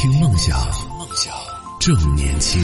听梦想，正年轻。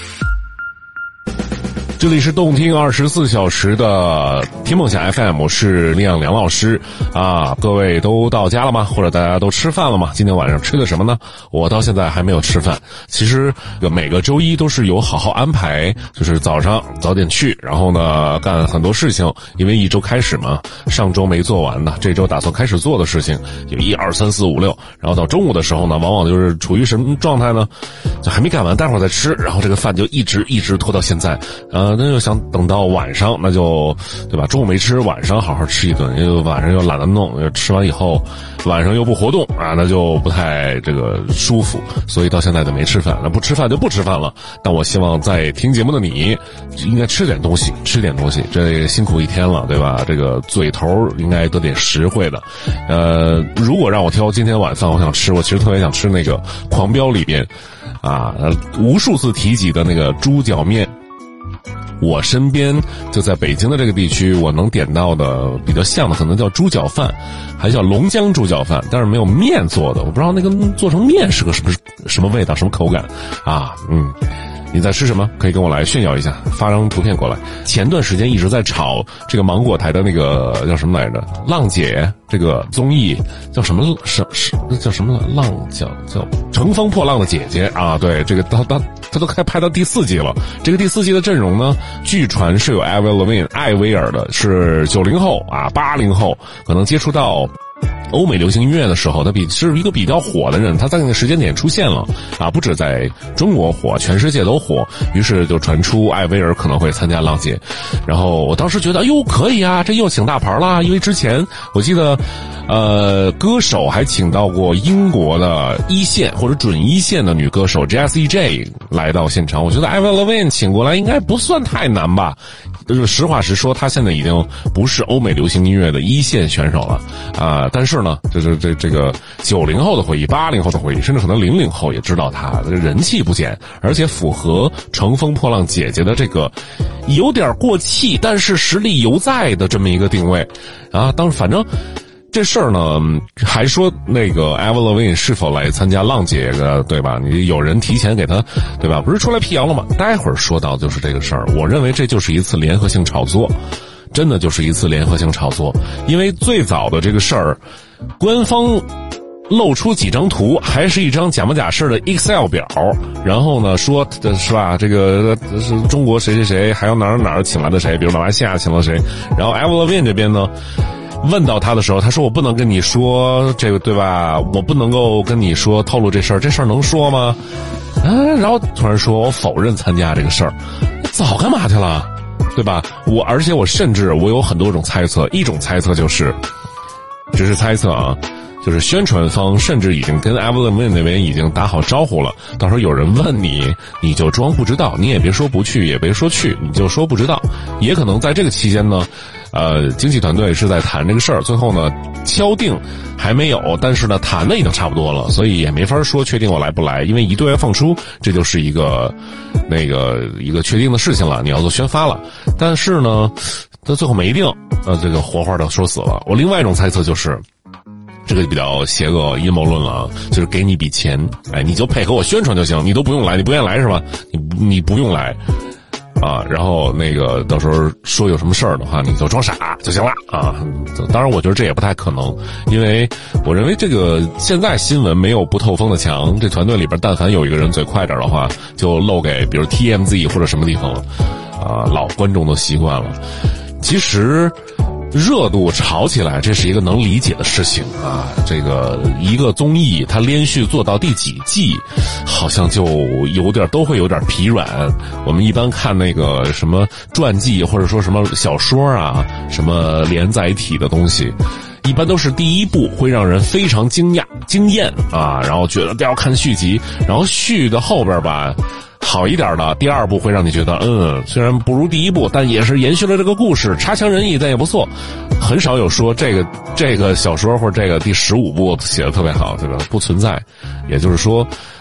这里是动听24小时的听梦想 FM， 我是亮老师啊。各位都到家了吗？或者大家都吃饭了吗？今天晚上吃的什么呢？我到现在还没有吃饭。其实每个周一都是有好好安排，就是早上早点去，然后呢干很多事情，因为一周开始嘛，上周没做完的，这周打算开始做的事情有1、2、3、4、5、6，然后到中午的时候呢，往往就是处于什么状态呢？就还没干完，待会儿再吃，然后这个饭就一直拖到现在，那就想等到晚上，那就对吧？中午没吃，晚上好好吃一顿，因为晚上又懒得弄，吃完以后晚上又不活动啊，那就不太这个舒服，所以到现在就没吃饭。那不吃饭就不吃饭了。但我希望在听节目的你，应该吃点东西，这辛苦一天了，对吧？这个嘴头应该得点实惠的。如果让我挑今天晚饭，我其实特别想吃那个《狂飙》里边啊，无数次提及的那个猪脚面。我身边就在北京的这个地区，我能点到的比较像的可能叫猪脚饭，还叫龙江猪脚饭，但是没有面做的，我不知道那个做成面是个什么味道，什么口感啊？你在吃什么？可以跟我来炫耀一下，发张图片过来。前段时间一直在炒这个芒果台的那个叫什么来着？浪姐这个综艺叫什么？叫什么浪？叫乘风破浪的姐姐啊！对，这个他都开拍到第4季了。这个第4季的阵容呢，据传是有艾薇儿的，是90后啊，80后可能接触到欧美流行音乐的时候，他是一个比较火的人，他在那个时间点出现了啊，不止在中国火，全世界都火，于是就传出艾薇儿可能会参加浪姐。然后我当时觉得，可以啊，这又请大牌啦，因为之前我记得歌手还请到过英国的一线或者准一线的女歌手 Jessie J 来到现场，我觉得艾薇儿请过来应该不算太难吧。就是实话实说，他现在已经不是欧美流行音乐的一线选手了啊，但是呢，就是这个90后的回忆、80后的回忆，甚至可能00后也知道他的人气不减，而且符合乘风破浪姐姐的这个有点过气但是实力犹在的这么一个定位啊。当时反正这事儿呢，还说那个 Avril 是否来参加浪姐的，对吧？你有人提前给他，对吧？不是出来辟谣了吗？待会儿说到就是这个事儿，我认为这就是一次联合性炒作，真的就是一次联合性炒作。因为最早的这个事儿，官方露出几张图，还是一张假模假式的 Excel 表，然后呢说是吧，这个是中国谁谁谁，还有哪儿请来的谁，比如马来西亚请了谁，然后 Avril 这边呢。问到他的时候，他说我不能跟你说这个，对吧？我不能够跟你说透露这事儿能说吗？然后突然说我否认参加这个事儿，早干嘛去了，对吧？而且我甚至有很多种猜测，一种猜测就是只是猜测啊，就是宣传方甚至已经跟 Avril 那边已经打好招呼了，到时候有人问你，你就装不知道，你也别说不去，也别说去，你就说不知道。也可能在这个期间呢，经纪团队是在谈这个事儿，最后呢敲定还没有，但是呢谈的已经差不多了，所以也没法说确定我来不来，因为一对外放出，这就是一个确定的事情了，你要做宣发了。但是呢，他最后没定，这个活的说死了。我另外一种猜测就是。这个比较邪恶阴谋论了，就是给你一笔钱，你就配合我宣传就行，你都不用来，你不愿意来是吧？你不用来啊，然后那个到时候说有什么事儿的话，你就装傻就行了啊。当然，我觉得这也不太可能，因为我认为这个现在新闻没有不透风的墙，这团队里边但凡有一个人嘴快点的话，就漏给比如 TMZ 或者什么地方了啊，老观众都习惯了。其实。热度炒起来，这是一个能理解的事情啊。这个一个综艺，它连续做到第几季，好像就都会有点疲软。我们一般看那个什么传记，或者说什么小说啊，什么连载体的东西，一般都是第一部会让人非常惊艳啊，然后觉得要看续集，然后续的后边吧。好一点的第2部会让你觉得虽然不如第1部，但也是延续了这个故事，差强人意，但也不错。很少有说这个小说或者这个第15部写的特别好，对吧？不存在。也就是说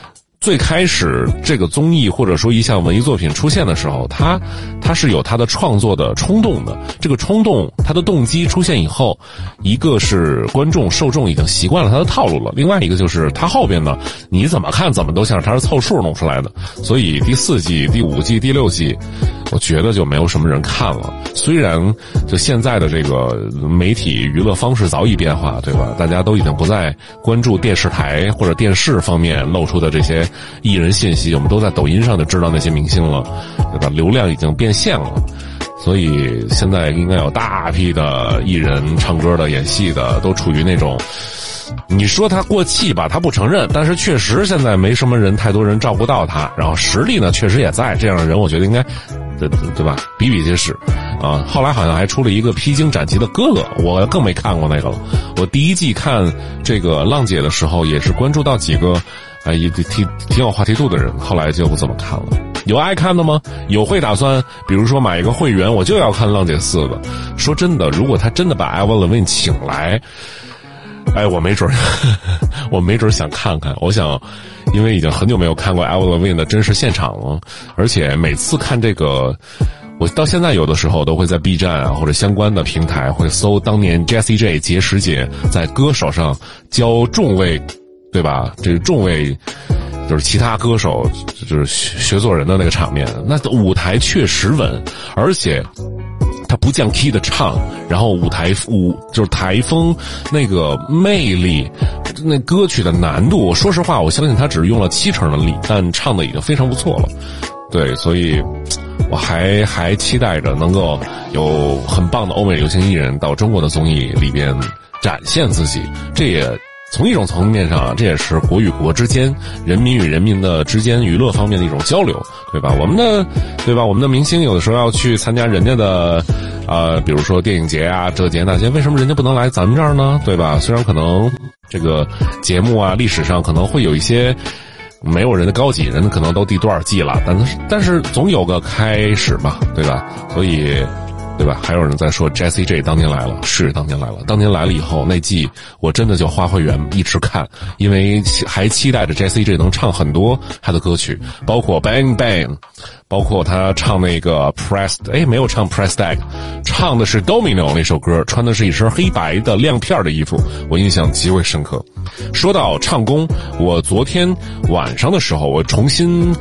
最开始这个综艺或者说一项文艺作品出现的时候，他是有他的创作的冲动的。这个冲动，他的动机出现以后，一个是观众受众已经习惯了他的套路了，另外一个就是他后边呢，你怎么看怎么都像是他是凑数弄出来的。所以第4季、第5季、第6季，我觉得就没有什么人看了。虽然就现在的这个媒体娱乐方式早已变化，对吧？大家都已经不再关注电视台或者电视方面露出的这些艺人信息，我们都在抖音上就知道那些明星了，对吧？流量已经变现了，所以现在应该有大批的艺人、唱歌的、演戏的，都处于那种，你说他过气吧，他不承认，但是确实现在没什么人，太多人照顾到他，然后实力呢确实也在，这样的人我觉得应该，对吧？比比皆是啊。后来好像还出了一个披荆斩棘的哥哥，我更没看过那个了。我第1季看这个浪姐的时候，也是关注到几个也挺有话题度的人，后来就不怎么看了。有爱看的吗？有会打算比如说买一个会员，我就要看浪姐4的。说真的，如果他真的把 Avril Lavigne 请来，我没准想看看。我想，因为已经很久没有看过 Avril Lavigne 的真实现场了，而且每次看这个，我到现在有的时候都会在 B 站啊或者相关的平台会搜当年 Jessie J 结石姐在歌手上教众位，对吧？这个众位就是其他歌手就是学做人的那个场面，那舞台确实稳，而且他不降 key 的唱，然后就是台风那个魅力，那歌曲的难度，说实话我相信他只是用了70%的力，但唱的已经非常不错了。对，所以我还期待着能够有很棒的欧美流行艺人到中国的综艺里边展现自己。这也从一种层面上，这也是国与国之间、人民与人民的之间娱乐方面的一种交流，对吧？我们的明星有的时候要去参加人家的比如说电影节啊、这节那节，为什么人家不能来咱们这儿呢？对吧？虽然可能这个节目啊历史上可能会有一些没有人的高级，人可能都第多少季了，但是总有个开始嘛，对吧？所以对吧？还有人在说 Jessie J 当年来了，是当年来了。当年来了以后，那季我真的就花会员一直看，因为还期待着 Jessie J 能唱很多他的歌曲，包括 Bang Bang， 包括他唱那个 没有唱 Press Tag， 唱的是 Domino 那首歌，穿的是一身黑白的亮片的衣服，我印象极为深刻。说到唱功，我昨天晚上的时候，我重新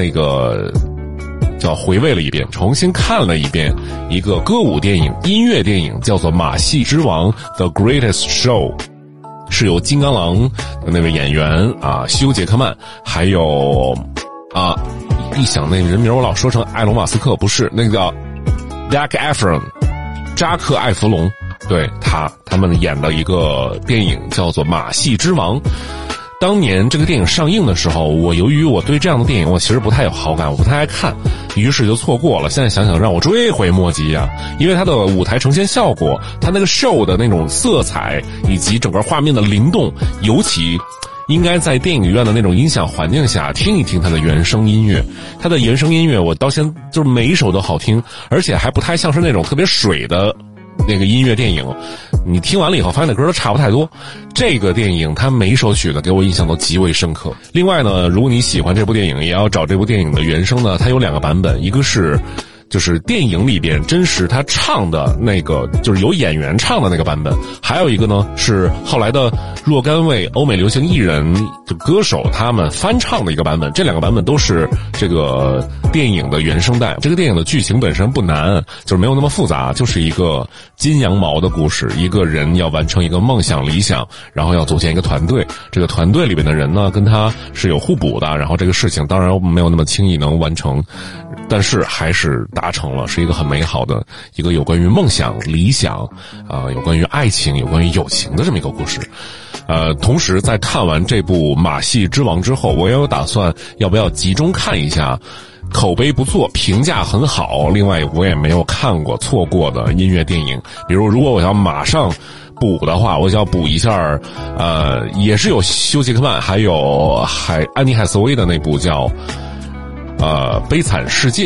叫回味了一遍，重新看了一遍一个歌舞电影、音乐电影，叫做《马戏之王 The Greatest Show》，是由金刚狼的那位演员休·杰克曼，还有一想那个人名我老说成埃隆·马斯克，不是，那个叫 Zac Efron， 扎克·艾弗隆，对，他们演的一个电影叫做《马戏之王》。当年这个电影上映的时候，由于我对这样的电影我其实不太有好感，我不太爱看，于是就错过了。现在想想让我追悔莫及啊！因为它的舞台呈现效果，它那个 show 的那种色彩以及整个画面的灵动，尤其应该在电影院的那种音响环境下听一听它的原声音乐。它的原声音乐我到现在就是每一首都好听，而且还不太像是那种特别水的那个音乐电影，你听完了以后发现那歌都差不太多。这个电影它每一首曲子给我印象都极为深刻。另外呢，如果你喜欢这部电影，也要找这部电影的原声呢，它有2个版本，一个是就是电影里边真实他唱的那个，就是有演员唱的那个版本，还有一个呢是后来的若干位欧美流行艺人就歌手他们翻唱的一个版本。这2个版本都是这个电影的原声带。这个电影的剧情本身不难，就是没有那么复杂，就是一个金羊毛的故事，一个人要完成一个梦想理想，然后要组建一个团队，这个团队里边的人呢跟他是有互补的，然后这个事情当然没有那么轻易能完成，但是还是达成了，是一个很美好的一个有关于梦想理想有关于爱情有关于友情的这么一个故事。同时在看完这部《马戏之王》之后，我也有打算要不要集中看一下口碑不错评价很好，另外我也没有看过错过的音乐电影。比如如果我要马上补的话，我就要补一下也是有休·杰克曼还有安妮海瑟薇的那部叫悲惨世界。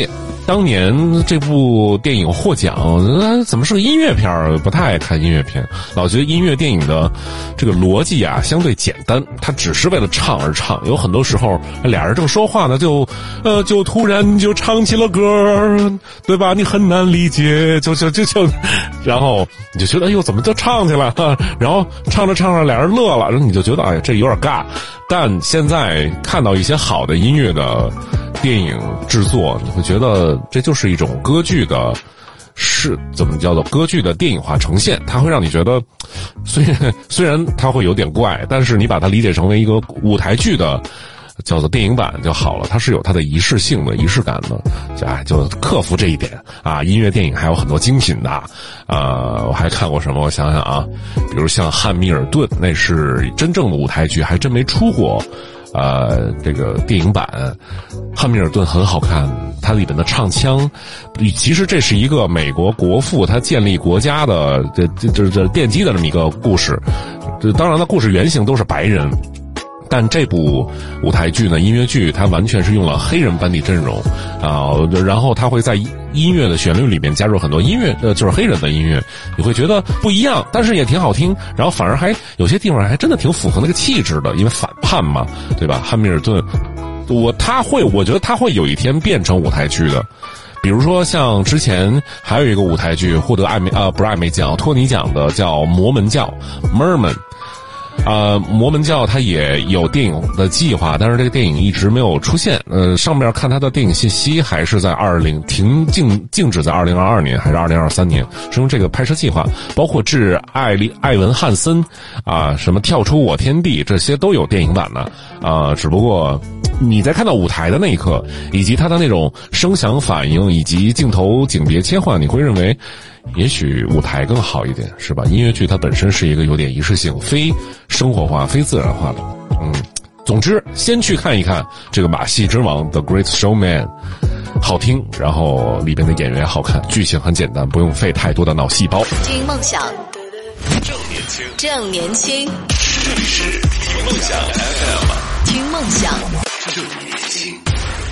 当年这部电影获奖，怎么是个音乐片儿？不太爱看音乐片，老觉得音乐电影的这个逻辑啊相对简单，它只是为了唱而唱。有很多时候俩人正说话呢，就突然就唱起了歌，对吧？你很难理解，就，然后你就觉得哎呦怎么就唱起来了？然后唱着唱着俩人乐了，然后你就觉得哎呀这有点尬。但现在看到一些好的音乐的电影制作，你会觉得这就是一种歌剧的，是怎么叫做歌剧的电影化呈现？它会让你觉得，虽然它会有点怪，但是你把它理解成为一个舞台剧的，叫做电影版就好了。它是有它的仪式性的、仪式感的，就克服这一点啊。音乐电影还有很多精品的，我还看过什么？我想想啊，比如像《汉密尔顿》，那是真正的舞台剧，还真没出过。这个电影版《汉密尔顿》很好看，它里面的唱腔，其实这是一个美国国父他建立国家的这奠基的这么一个故事。当然了，故事原型都是白人。但这部舞台剧呢，音乐剧它完全是用了黑人班底阵容然后它会在音乐的旋律里面加入很多音乐就是黑人的音乐，你会觉得不一样，但是也挺好听，然后反而还有些地方还真的挺符合那个气质的，因为反叛嘛，对吧？汉密尔顿，我觉得他会有一天变成舞台剧的。比如说像之前还有一个舞台剧获得不是艾美奖，托尼奖的，叫《摩门教》 Mormon。摩门教它也有电影的计划，但是这个电影一直没有出现。上面看它的电影信息还是在静止在2022年还是2023年，是用这个拍摄计划，包括致艾文汉森什么跳出我天地，这些都有电影版的只不过你在看到舞台的那一刻，以及它的那种声响反应以及镜头景别切换，你会认为也许舞台更好一点，是吧？音乐剧它本身是一个有点仪式性、非生活化、非自然化的。总之，先去看一看这个马戏之王 The Great Showman， 好听，然后里边的演员好看，剧情很简单，不用费太多的脑细胞。 听梦想，正年轻，这里是听梦想 FM， 听梦想，正年轻。